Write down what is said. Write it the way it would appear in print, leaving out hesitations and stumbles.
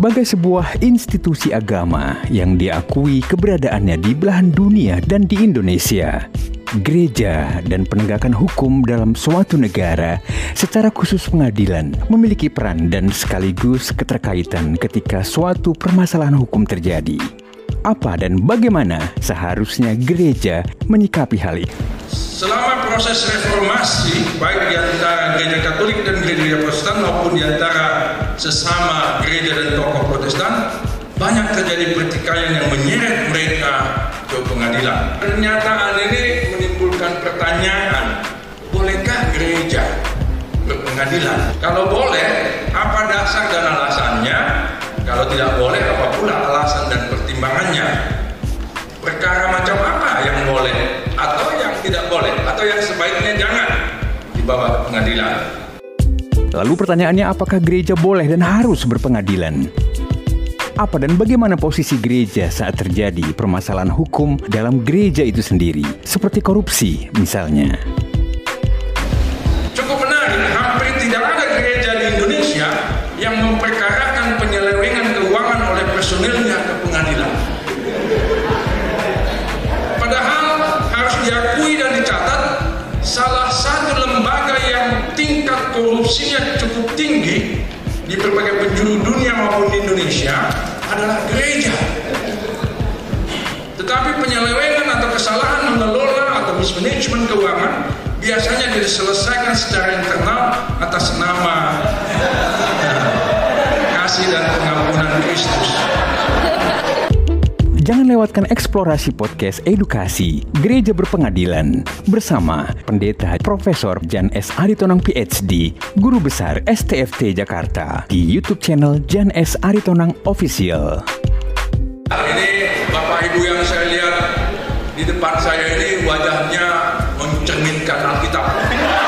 Sebagai sebuah institusi agama yang diakui keberadaannya di belahan dunia dan di Indonesia, gereja dan penegakan hukum dalam suatu negara, secara khusus pengadilan, memiliki peran dan sekaligus keterkaitan ketika suatu permasalahan hukum terjadi. Apa dan bagaimana seharusnya gereja menyikapi hal ini? Selama proses reformasi, baik di antara gereja Katolik dan gereja Protestan maupun di antara sesama gereja dan tokoh Protestan, banyak terjadi pertikaian yang menyeret mereka ke pengadilan. Pernyataan ini menimbulkan pertanyaan, bolehkah gereja berpengadilan? Kalau boleh, apa dasar dan alasannya? Kalau tidak boleh, apa pula alasan dan pertimbangannya? Perkara macam apa yang boleh atau yang tidak boleh atau yang sebaiknya jangan dibawa ke pengadilan? Lalu pertanyaannya, apakah gereja boleh dan harus berpengadilan? Apa dan bagaimana posisi gereja saat terjadi permasalahan hukum dalam gereja itu sendiri, seperti korupsi misalnya? Cukup menarik, hampir tidak ada gereja di Indonesia yang memperkarakan penyelewengan keuangan oleh personilnya ke pengadilan. Padahal harus diakui dan dicatat, salah satu lembaga yang tingkat korupsinya cukup tinggi di berbagai penjuru dunia maupun di Indonesia adalah gereja. Tetapi penyelewengan atau kesalahan mengelola atau mismanagement keuangan biasanya diselesaikan secara internal atas nama kasih dan pengampunan Kristus. Jangan lewatkan eksplorasi podcast edukasi Gereja Berpengadilan bersama Pendeta Profesor Jan S. Aritonang PhD, Guru Besar STFT Jakarta di YouTube channel Jan S. Aritonang Official. Ini Bapak Ibu yang saya lihat di depan saya ini wajahnya mencerminkan Alkitab.